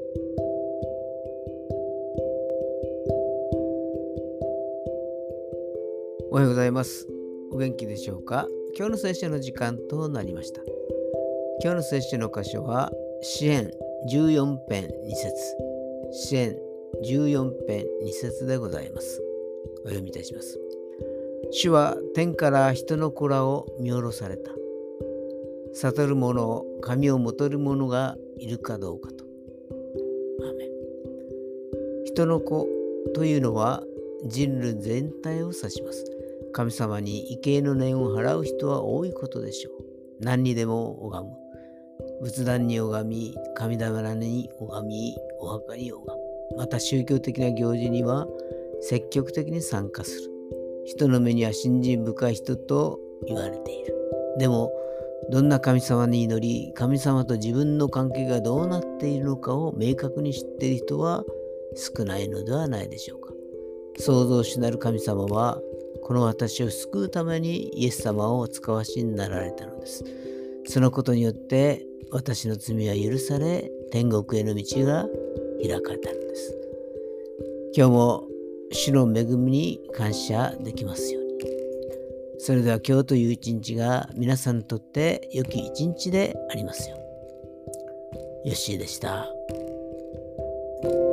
おはようございます。お元気でしょうか。今日の聖書の時間となりました。今日の聖書の箇所は詩編14編2節、詩編14編2節でございます。お読みいたします。主は天から人の子らを見下ろされた。悟る者、神をもとる者がいるかどうかと。アーメン。人の子というのは人類全体を指します。神様に畏敬の念を払う人は多いことでしょう。何にでも拝む。仏壇に拝み、神棚に拝み、お墓に拝む。また宗教的な行事には積極的に参加する。人の目には信心深い人と言われている。でも、どんな神様に祈り、神様と自分の関係がどうなっているのかを明確に知っている人は少ないのではないでしょうか。創造主なる神様は、この私を救うためにイエス様をお使わしになられたのです。そのことによって私の罪は許され、天国への道が開かれたのです。今日も主の恵みに感謝できますように。それでは今日という一日が皆さんにとって良き一日でありますように。ヨッシーでした。